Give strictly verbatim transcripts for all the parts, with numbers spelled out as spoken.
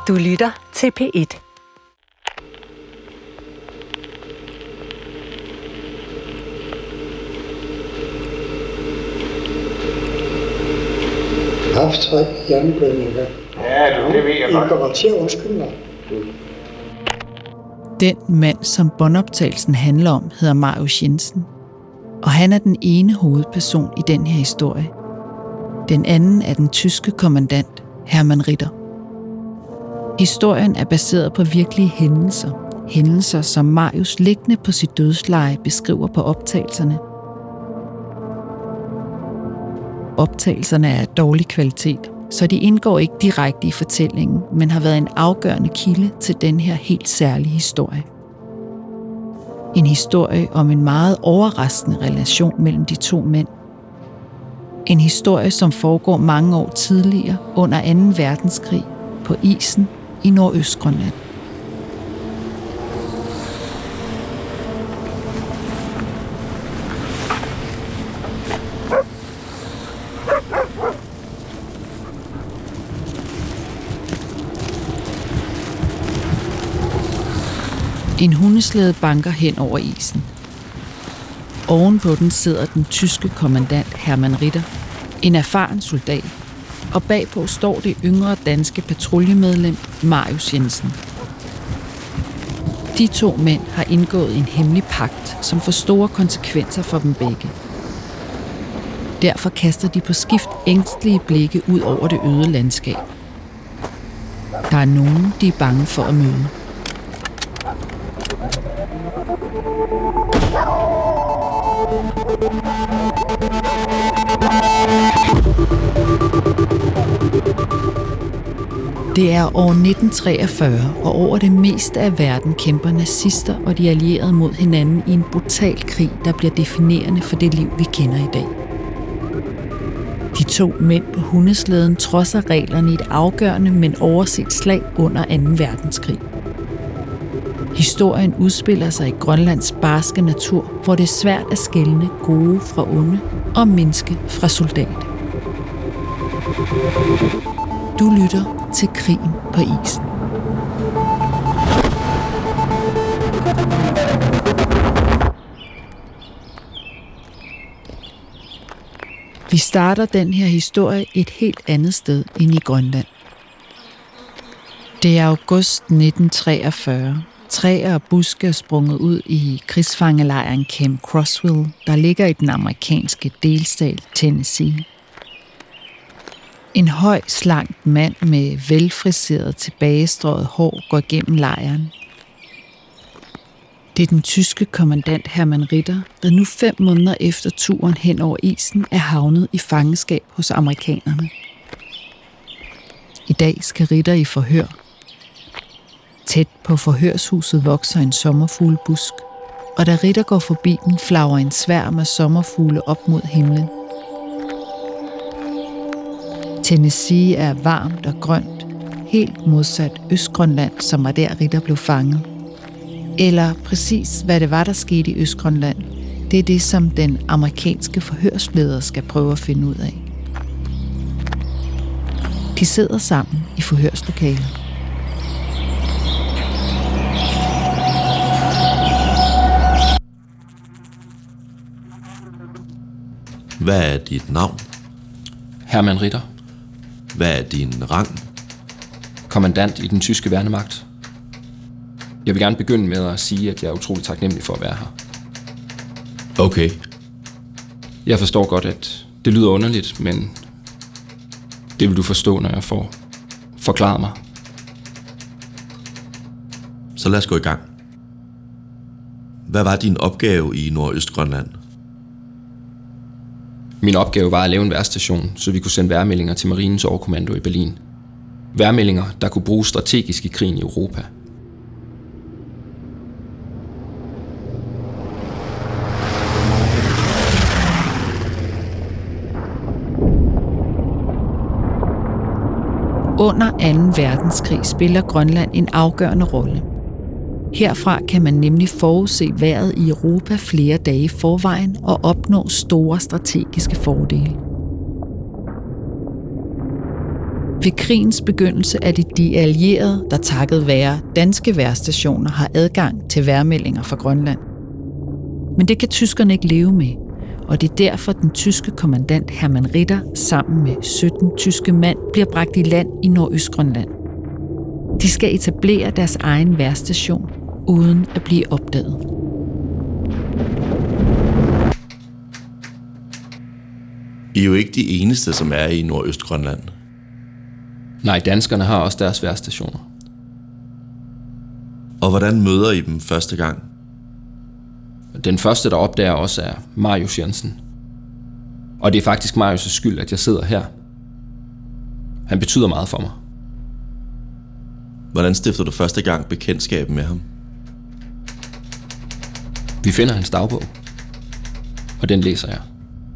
Du lytter til P et. Jeg har haft tre hjerneblødninger. Ja, du, det ved jeg godt. Jeg kommer til at undskylde mig. Den mand, som båndoptagelsen handler om, hedder Marius Jensen. Og han er den ene hovedperson i den her historie. Den anden er den tyske kommandant, Hermann Ritter. Historien er baseret på virkelige hændelser. Hændelser, som Marius liggende på sit dødsleje beskriver på optagelserne. Optagelserne er af dårlig kvalitet, så de indgår ikke direkte i fortællingen, men har været en afgørende kilde til den her helt særlige historie. En historie om en meget overraskende relation mellem de to mænd. En historie, som foregår mange år tidligere under anden verdenskrig på isen i Nordøstgrønland. En hundeslæde banker hen over isen. Ovenpå den sidder den tyske kommandant Hermann Ritter, en erfaren soldat, og bagpå står det yngre danske patruljemedlem Marius Jensen. De to mænd har indgået en hemmelig pagt, som får store konsekvenser for dem begge. Derfor kaster de på skift ængstelige blikke ud over det øde landskab. Der er nogen, de er bange for at møde. Det er år nitten treogfyrre, og over det meste af verden kæmper nazister og de allierede mod hinanden i en brutal krig, der bliver definerende for det liv, vi kender i dag. De to mænd på hundeslæden trodser reglerne i et afgørende, men overset slag under anden verdenskrig. Historien udspiller sig i Grønlands barske natur, hvor det er svært at skelne gode fra onde og menneske fra soldat. Du lytter til Krigen på isen. Vi starter den her historie et helt andet sted end i Grønland. Det er august nitten treogfyrre. Træer og buske er sprunget ud i krigsfangelejren Camp Croswell, der ligger i den amerikanske delstat Tennessee. En høj, slank mand med velfriseret, tilbagestrøget hår går gennem lejren. Det er den tyske kommandant Hermann Ritter, der nu fem måneder efter turen hen over isen er havnet i fangenskab hos amerikanerne. I dag skal Ritter i forhør. Tæt på forhørshuset vokser en sommerfuglebusk, og da Ritter går forbi den, flagrer en sværm af sommerfugle op mod himlen. Tennessee er varmt og grønt, helt modsat Østgrønland, som var der Ritter blev fanget. Eller præcis hvad det var, der skete i Østgrønland, det er det, som den amerikanske forhørsleder skal prøve at finde ud af. De sidder sammen i forhørslokalet. Hvad er dit navn? Hermann Ritter. Hvad er din rang? Kommandant i den tyske værnemagt. Jeg vil gerne begynde med at sige, at jeg er utrolig taknemmelig for at være her. Okay. Jeg forstår godt, at det lyder underligt, men det vil du forstå, når jeg får forklaret mig. Så lad os gå i gang. Hvad var din opgave i Nordøstgrønland? Min opgave var at lave en vejrstation, så vi kunne sende vejrmeldinger til Marinens overkommando i Berlin. Vejrmeldinger, der kunne bruges strategisk i krigen i Europa. Under anden verdenskrig spiller Grønland en afgørende rolle. Herfra kan man nemlig forudse vejret i Europa flere dage i forvejen og opnå store strategiske fordele. Ved krigens begyndelse er det de allierede, der takket være danske vejrstationer har adgang til vejrmeldinger fra Grønland. Men det kan tyskerne ikke leve med, og det er derfor den tyske kommandant Hermann Ritter sammen med sytten tyske mand bliver bragt i land i Nordøstgrønland. De skal etablere deres egen vejrstation uden at blive opdaget. I er jo ikke de eneste, som er i Nordøstgrønland. Nej, danskerne har også deres vejrstationer. Og hvordan møder I dem første gang? Den første, der opdager os, er Marius Jensen. Og det er faktisk Marius' skyld, at jeg sidder her. Han betyder meget for mig. Hvordan stifter du første gang bekendtskab med ham? Vi finder hans dagbog, og den læser jeg.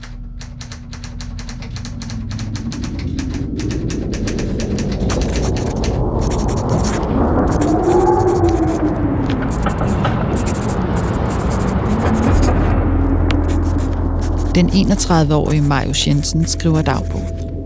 Den enogtredive-årige Marius Jensen skriver dagbog.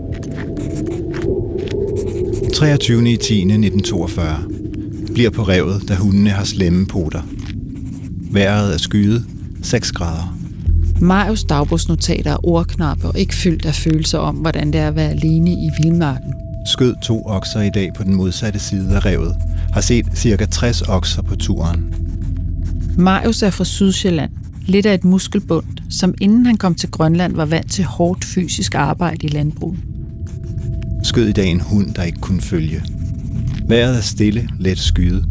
treogtyvende oktober nitten toogfyrre. Bliver på revet, da hundene har slemme poter. Vejret er skyet, seks grader. Marius dagbogsnotater er ordknappe og ikke fyldt af følelser om, hvordan det er at være alene i vildmarken. Skød to okser i dag på den modsatte side af revet. Har set cirka tres okser på turen. Marius er fra Sydsjælland, lidt af et muskelbund, som inden han kom til Grønland var vant til hårdt fysisk arbejde i landbruget. Skød i dag en hund, der ikke kunne følge. Vejret er stille, let skyet.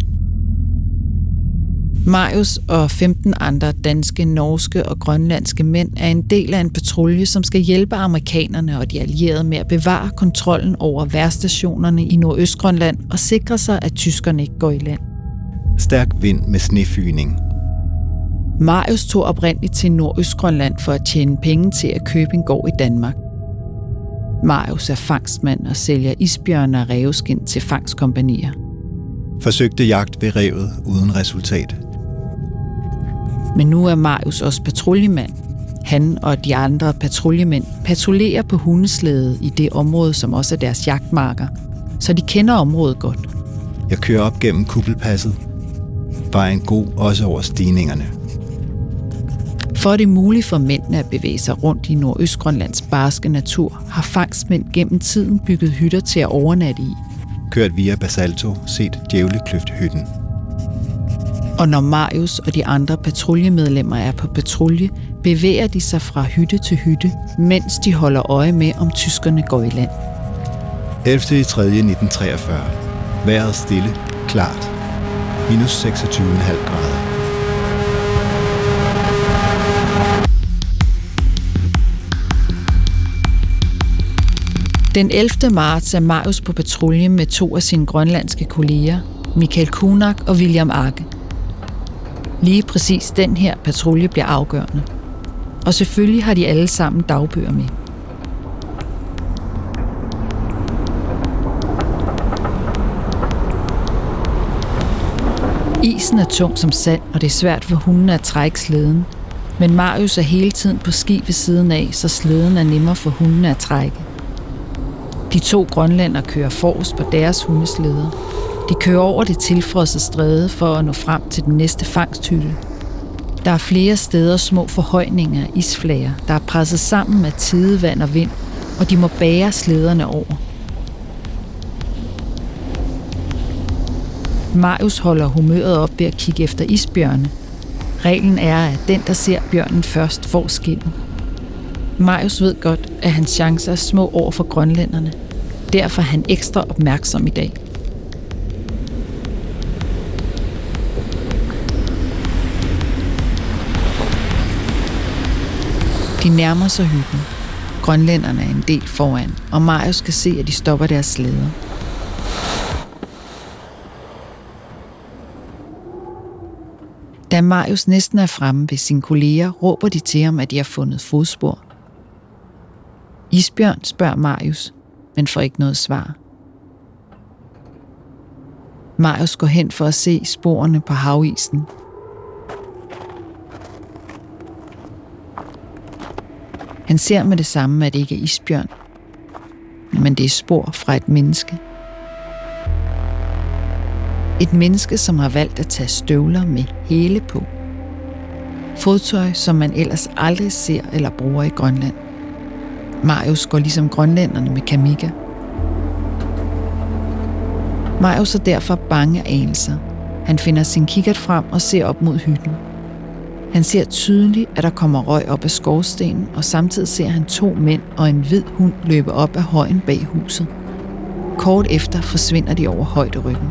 Marius og femten andre danske, norske og grønlandske mænd er en del af en patrulje, som skal hjælpe amerikanerne og de allierede med at bevare kontrollen over vejrstationerne i Nordøstgrønland og sikre sig, at tyskerne ikke går i land. Stærk vind med snefyning. Marius tog oprindeligt til Nordøstgrønland for at tjene penge til at købe en gård i Danmark. Marius er fangstmand og sælger isbjørne og ræveskind til fangstkompanier. Forsøgte jagt ved revet uden resultat. Men nu er Marius også patruljemand. Han og de andre patruljemænd patruljerer på hundeslæde i det område, som også er deres jagtmarker, så de kender området godt. Jeg kører op gennem kuppelpasset. Vejen god også over stigningerne. For at det er muligt for mændene at bevæge sig rundt i Nordøstgrønlands barske natur, har fangstmænd gennem tiden bygget hytter til at overnatte i. Kørt via Basalto, set Djævlekløft-hytten. Og når Marius og de andre patruljemedlemmer er på patrulje, bevæger de sig fra hytte til hytte, mens de holder øje med, om tyskerne går i land. ellevte tredje nitten treogfyrre. Vejret stille, klart. Minus seksogtyve komma fem grader. Den ellevte marts er Marius på patrulje med to af sine grønlandske kolleger, Michael Kunak og William Arke. Lige præcis den her patrulje bliver afgørende. Og selvfølgelig har de alle sammen dagbøger med. Isen er tung som sand, og det er svært for hundene at trække slæden. Men Marius er hele tiden på ski ved siden af, så slæden er nemmere for hundene at trække. De to grønlændere kører forrest på deres hundeslæder. De kører over det tilfrosne stræde for at nå frem til den næste fangsthytte. Der er flere steder små forhøjninger af isflager, der er presset sammen af tidevand og vind, og de må bære slæderne over. Marius holder humøret op ved at kigge efter isbjørne. Reglen er, at den, der ser bjørnen først, får skindet. Marius ved godt, at hans chancer er små over for grønlænderne. Derfor er han ekstra opmærksom i dag. De nærmer sig hytten. Grønlænderne er en del foran, og Marius kan se, at de stopper deres slæder. Da Marius næsten er fremme ved sine kolleger, råber de til ham, at de har fundet fodspor. Isbjørn, spørger Marius, men får ikke noget svar. Marius går hen for at se sporene på havisen. Han ser med det samme, at det ikke er isbjørn. men det er spor fra et menneske. Et menneske, som har valgt at tage støvler med hæle på. Fodtøj, som man ellers aldrig ser eller bruger i Grønland. Marius går ligesom grønlænderne med kamika. Marius er derfor bange af anelser. Han finder sin kikkert frem og ser op mod hytten. Han ser tydeligt, at der kommer røg op af skorstenen, og samtidig ser han to mænd og en hvid hund løbe op ad højen bag huset. Kort efter forsvinder de over højderyggen.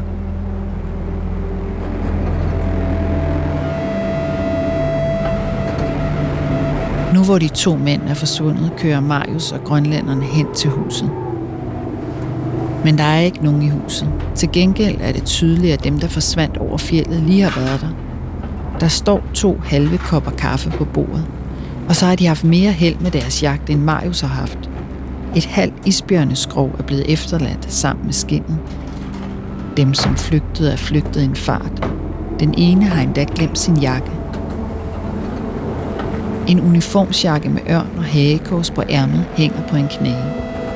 Nu hvor de to mænd er forsvundet, kører Marius og grønlænderne hen til huset. Men der er ikke nogen i huset. Til gengæld er det tydeligt, at dem, der forsvandt over fjeldet, lige har været der. Der står to halve kopper kaffe på bordet. Og så har de haft mere held med deres jagt, end Marius har haft. Et halvt isbjørneskrog er blevet efterladt sammen med skindet. Dem, som flygtede, er flygtet i en fart. Den ene har endda glemt sin jakke. En uniformsjakke med ørn og hagekors på ærmet hænger på en knage.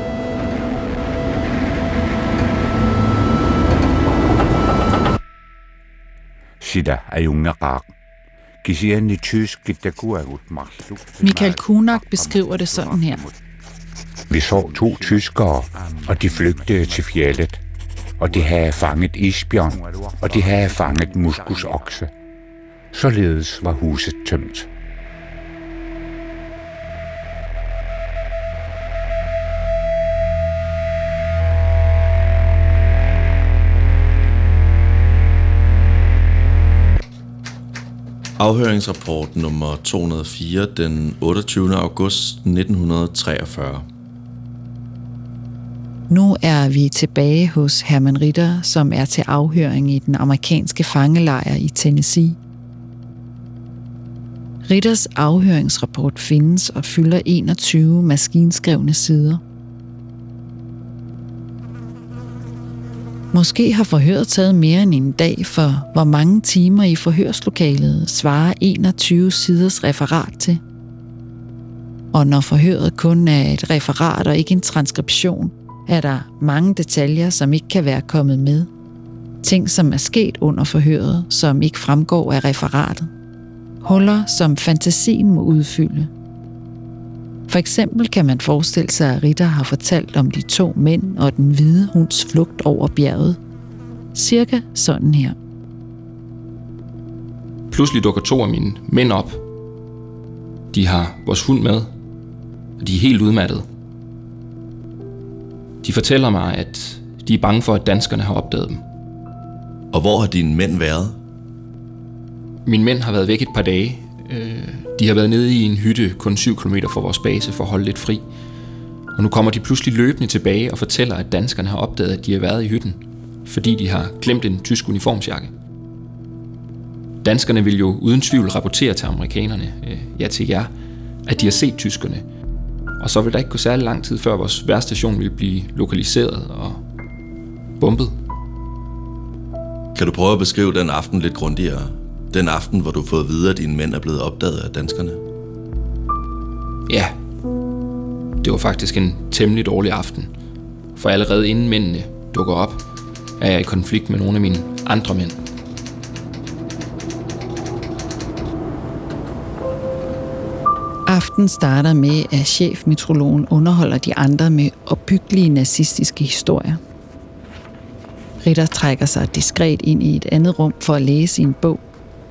Michael Kunak beskriver det sådan her. Vi så to tyskere, og de flygtede til fjeldet. Og de havde fanget isbjørn, og de havde fanget muskusokse. Således var huset tømt. Afhøringsrapport nummer to hundrede og fire den otteogtyvende august nitten treogfyrre. Nu er vi tilbage hos Herman Ritter, som er til afhøring i den amerikanske fangelejr i Tennessee. Ritters afhøringsrapport findes og fylder enogtyve maskinskrevne sider. Måske har forhøret taget mere end en dag, for hvor mange timer i forhørslokalet svarer enogtyve siders referat til. Og når forhøret kun er et referat og ikke en transkription, er der mange detaljer, som ikke kan være kommet med. Ting, som er sket under forhøret, som ikke fremgår af referatet. Huller, som fantasien må udfylde. For eksempel kan man forestille sig, at Ritter har fortalt om de to mænd og den hvide hunds flugt over bjerget. Cirka sådan her. Pludselig dukker to af mine mænd op. De har vores hund med, og de er helt udmattede. De fortæller mig, at de er bange for, at danskerne har opdaget dem. Og hvor har dine mænd været? Mine mænd har været væk et par dage. De har været nede i en hytte kun syv kilometer fra vores base for at holde lidt fri. Og nu kommer de pludselig løbende tilbage og fortæller, at danskerne har opdaget, at de har været i hytten, fordi de har glemt en tysk uniformsjakke. Danskerne vil jo uden tvivl rapportere til amerikanerne, ja til jer, at de har set tyskerne. Og så vil der ikke gå særlig lang tid før vores værstation vil blive lokaliseret og bombet. Kan du prøve at beskrive den aften lidt grundigere? Den aften, hvor du har fået at vide, at dine mænd er blevet opdaget af danskerne? Ja, det var faktisk en temmelig dårlig aften. For allerede inden mændene dukker op, er jeg i konflikt med nogle af mine andre mænd. Aften starter med, at chefmeteorologen underholder de andre med opbyggelige nazistiske historier. Ritter trækker sig diskret ind i et andet rum for at læse i en bog.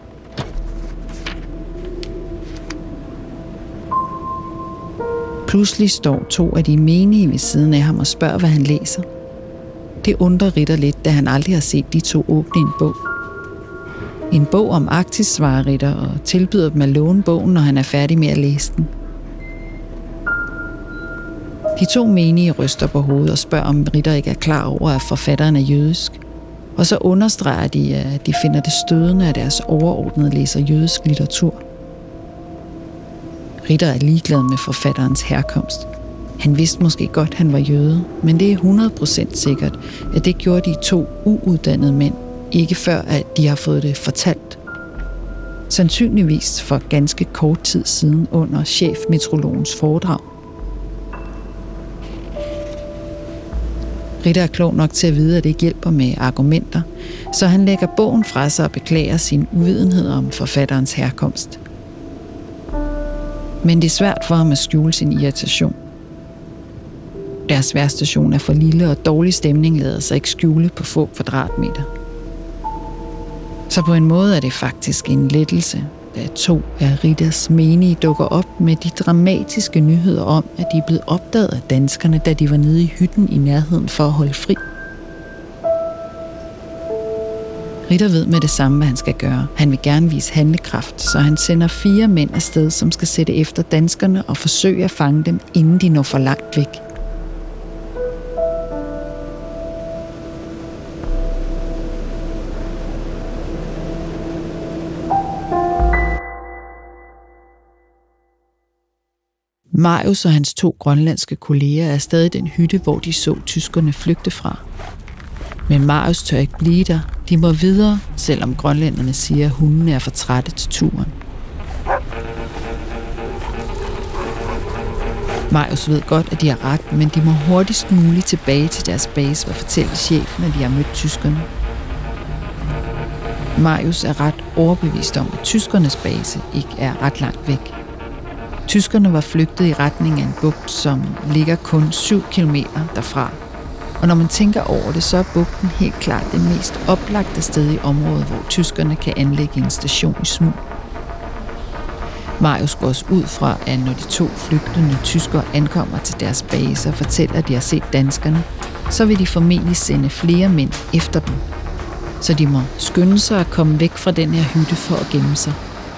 Pludselig står to af de menige ved siden af ham og spørger, hvad han læser. Det undrer Ritter lidt, da han aldrig har set de to åbne en bog. En bog om Arktis, svarer Ritter og tilbyder dem at låne bogen, når han er færdig med at læse den. De to menige ryster på hovedet og spørger, om Ritter ikke er klar over, at forfatteren er jødisk. Og så understreger de, at de finder det stødende, at deres overordnede læser jødisk litteratur. Ritter er ligeglad med forfatterens herkomst. Han vidste måske godt, at han var jøde, men det er hundrede procent sikkert, at det gjorde de to uuddannede mænd, ikke før at de har fået det fortalt. Sandsynligvis for ganske kort tid siden under chefmeteorologens foredrag. Ritter er klog nok til at vide, at det ikke hjælper med argumenter, så han lægger bogen fra sig og beklager sin uvidenhed om forfatterens herkomst. Men det er svært for ham at skjule sin irritation. Deres værstation er for lille, og dårlig stemning lader sig ikke skjule på få kvadratmeter. Så på en måde er det faktisk en lettelse, da to af Ritters menige dukker op med de dramatiske nyheder om, at de er blevet opdaget af danskerne, da de var nede i hytten i nærheden for at holde fri. Ritter ved med det samme, hvad han skal gøre. Han vil gerne vise handlekraft, så han sender fire mænd afsted, som skal sætte efter danskerne og forsøge at fange dem, inden de når for langt væk. Marius og hans to grønlandske kolleger er stadig den hytte, hvor de så tyskerne flygte fra. Men Marius tør ikke blive der. De må videre, selvom grønlænderne siger, at hundene er for trætte til turen. Marius ved godt, at de har ret, men de må hurtigst muligt tilbage til deres base og fortælle chefen, at de har mødt tyskerne. Marius er ret overbevist om, at tyskernes base ikke er ret langt væk. Tyskerne var flygtet i retning af en bugt, som ligger kun syv kilometer derfra. Og når man tænker over det, så er bugten helt klart det mest oplagte sted i området, hvor tyskerne kan anlægge en station i smug. Marius går også ud fra, at når de to flygtende tyskere ankommer til deres base og fortæller, at de har set danskerne, så vil de formentlig sende flere mænd efter dem. Så de må skynde sig at komme væk fra den her hytte for at gemme sig.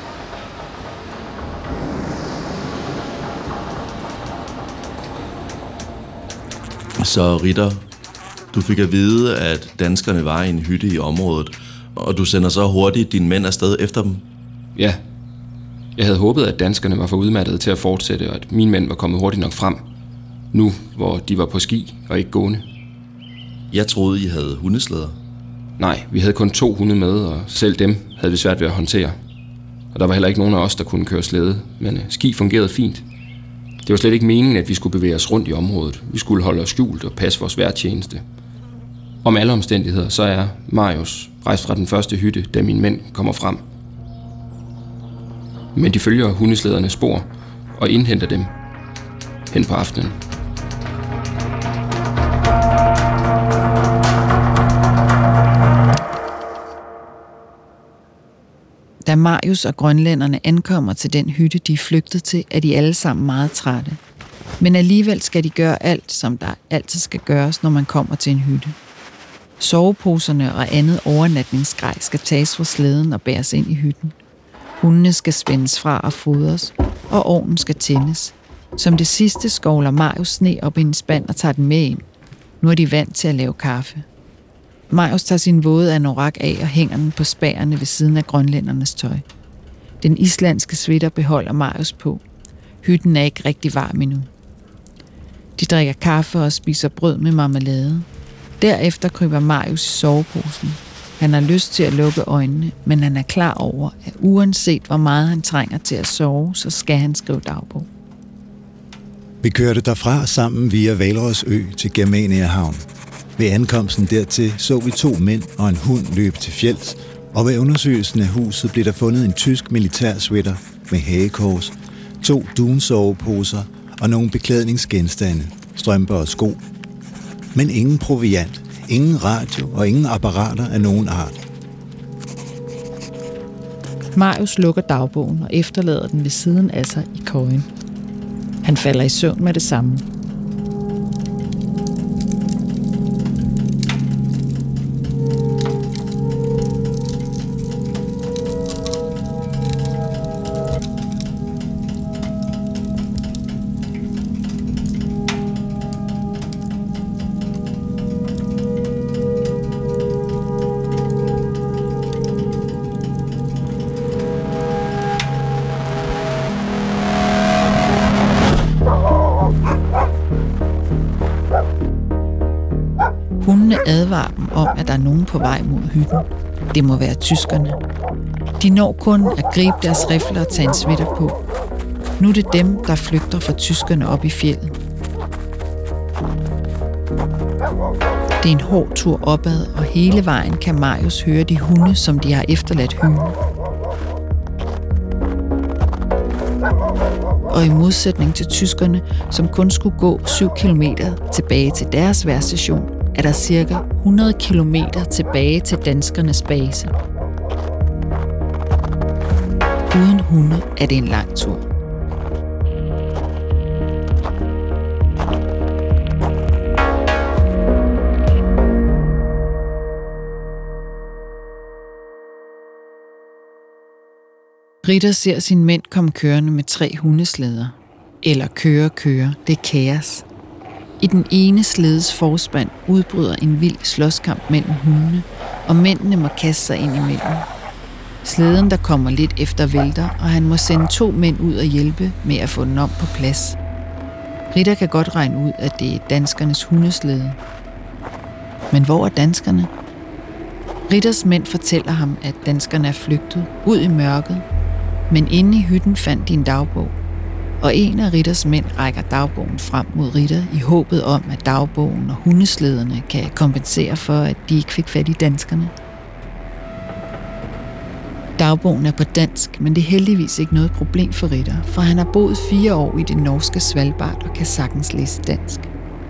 Så Ritter, du fik at vide, at danskerne var i en hytte i området, og du sender så hurtigt dine mænd afsted efter dem? Ja. Jeg havde håbet, at danskerne var for udmattede til at fortsætte, og at mine mænd var kommet hurtigt nok frem. Nu, hvor de var på ski og ikke gående. Jeg troede, I havde hundeslæder. Nej, vi havde kun to hunde med, og selv dem havde vi svært ved at håndtere. Og der var heller ikke nogen af os, der kunne køre slæde, men ski fungerede fint. Det var slet ikke meningen, at vi skulle bevæge os rundt i området. Vi skulle holde os skjult og passe vores vejrtjeneste. Om alle omstændigheder, så er Marius rejst fra den første hytte, da mine mænd kommer frem. Men de følger hundeslædernes spor og indhenter dem hen på aftenen. Da Marius og grønlænderne ankommer til den hytte, de er flygtet til, er de alle sammen meget trætte. Men alligevel skal de gøre alt, som der altid skal gøres, når man kommer til en hytte. Soveposerne og andet overnatningsgrej skal tages fra slæden og bæres ind i hytten. Hundene skal spændes fra og fodres, og ovnen skal tændes. Som det sidste skovler Marius sne op i en spand og tager den med ind. Nu er de vant til at lave kaffe. Marius tager sin våde anorak af og hænger den på spærene ved siden af grønlændernes tøj. Den islandske sweater beholder Marius på. Hytten er ikke rigtig varm endnu. De drikker kaffe og spiser brød med marmelade. Derefter kryber Marius i soveposen. Han har lyst til at lukke øjnene, men han er klar over, at uanset hvor meget han trænger til at sove, så skal han skrive dagbog. Vi kørte derfra sammen via Hvalros Ø til Germania Havn. Ved ankomsten dertil så vi to mænd og en hund løbe til fjelds, og ved undersøgelsen af huset blev der fundet en tysk militærsweater med hagekors, to dunsoveposer og nogle beklædningsgenstande, strømper og sko. Men ingen proviant, ingen radio og ingen apparater af nogen art. Marius lukker dagbogen og efterlader den ved siden af sig i køjen. Han falder i søvn med det samme. Hundene advarer dem om, at der er nogen på vej mod hytten. Det må være tyskerne. De når kun at gribe deres rifler og tage en sweater på. Nu er det dem, der flygter fra tyskerne op i fjeldet. Det er en hård tur opad, og hele vejen kan Marius høre de hunde, som de har efterladt hylen. Og i modsætning til tyskerne, som kun skulle gå syv kilometer tilbage til deres vejrstation, er der cirka hundrede kilometer tilbage til danskernes base. Uden hunde er det en lang tur. Ritter ser sine mænd komme kørende med tre hundeslæder. Eller køre, køre, det er kaos. I den ene slædes forspand udbryder en vild slåskamp mellem hundene, og mændene må kaste sig ind imellem. Slæden, der kommer lidt efter, vælter, og han må sende to mænd ud og hjælpe med at få den om på plads. Ritter kan godt regne ud, at det er danskernes hundeslæde. Men hvor er danskerne? Ritters mænd fortæller ham, at danskerne er flygtet ud i mørket, men inde i hytten fandt de en dagbog. Og en af Ritters mænd rækker dagbogen frem mod Ritter i håbet om, at dagbogen og hundeslæderne kan kompensere for, at de ikke fik fat i danskerne. Dagbogen er på dansk, men det er heldigvis ikke noget problem for Ritter, for han har boet fire år i det norske Svalbard og kan sagtens læse dansk.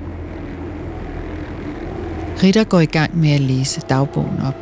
Ritter går i gang med at læse dagbogen op.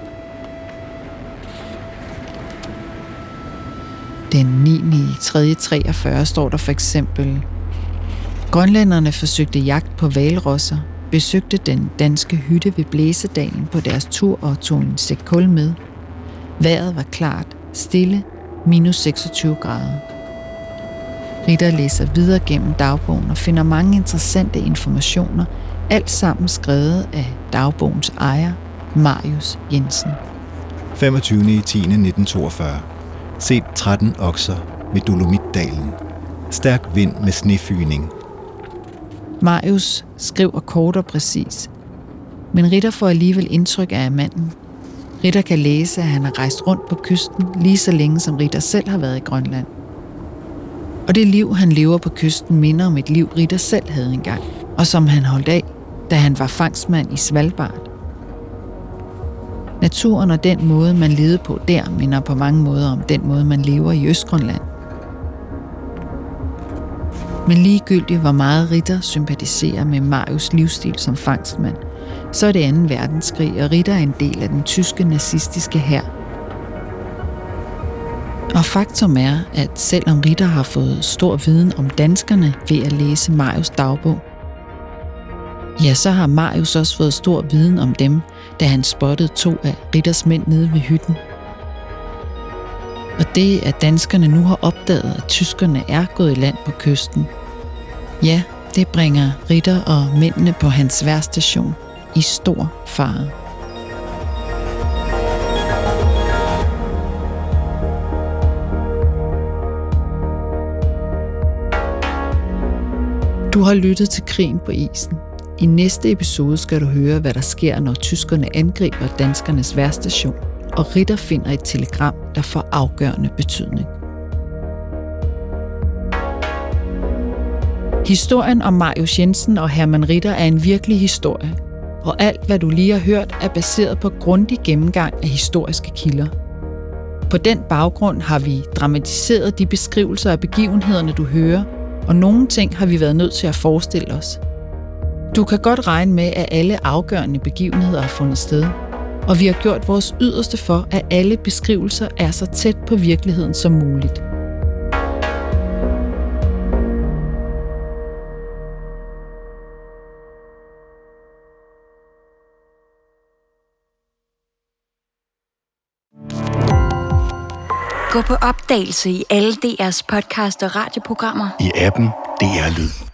Den niende i tredje treogfyrre står der for eksempel: Grønlænderne forsøgte jagt på hvalrosser, besøgte den danske hytte ved Blæsedalen på deres tur og tog en sæk kul med. Vejret var klart, stille, minus seksogtyve grader. Ritter læser videre gennem dagbogen og finder mange interessante informationer, alt sammen skrevet af dagbogens ejer, Marius Jensen. femogtyvende i tiende nitten toogfyrre. Set tretten okser ved Dolomitdalen. Stærk vind med snefyning. Marius skriver kort og præcis, men Ritter får alligevel indtryk af manden. Ritter kan læse, at han har rejst rundt på kysten lige så længe, som Ritter selv har været i Grønland. Og det liv, han lever på kysten, minder om et liv, Ritter selv havde engang, og som han holdt af, da han var fangstmand i Svalbard. Naturen og den måde, man levede på der, minder på mange måder om den måde, man lever i Østgrønland. Men ligegyldigt hvor meget Ritter sympatiserer med Marius livsstil som fangstmand, så er det anden verdenskrig, og Ritter er en del af den tyske nazistiske hær. Og faktum er, at selvom Ritter har fået stor viden om danskerne ved at læse Marius dagbog, ja, så har Marius også fået stor viden om dem, da han spottede to af Ritters mænd nede ved hytten. Og det, at danskerne nu har opdaget, at tyskerne er gået i land på kysten, ja, det bringer Ritter og mændene på hans vejrstation i stor fare. Du har lyttet til Krigen på isen. I næste episode skal du høre, hvad der sker, når tyskerne angriber danskernes vejrstation, og Ritter finder et telegram, der får afgørende betydning. Historien om Marius Jensen og Hermann Ritter er en virkelig historie, og alt, hvad du lige har hørt, er baseret på grundig gennemgang af historiske kilder. På den baggrund har vi dramatiseret de beskrivelser af begivenhederne, du hører, og nogle ting har vi været nødt til at forestille os. Du kan godt regne med, at alle afgørende begivenheder har fundet sted, og vi har gjort vores yderste for, at alle beskrivelser er så tæt på virkeligheden som muligt. Gå på opdagelse i alle D R's podcast og radioprogrammer. I appen D R Lyd.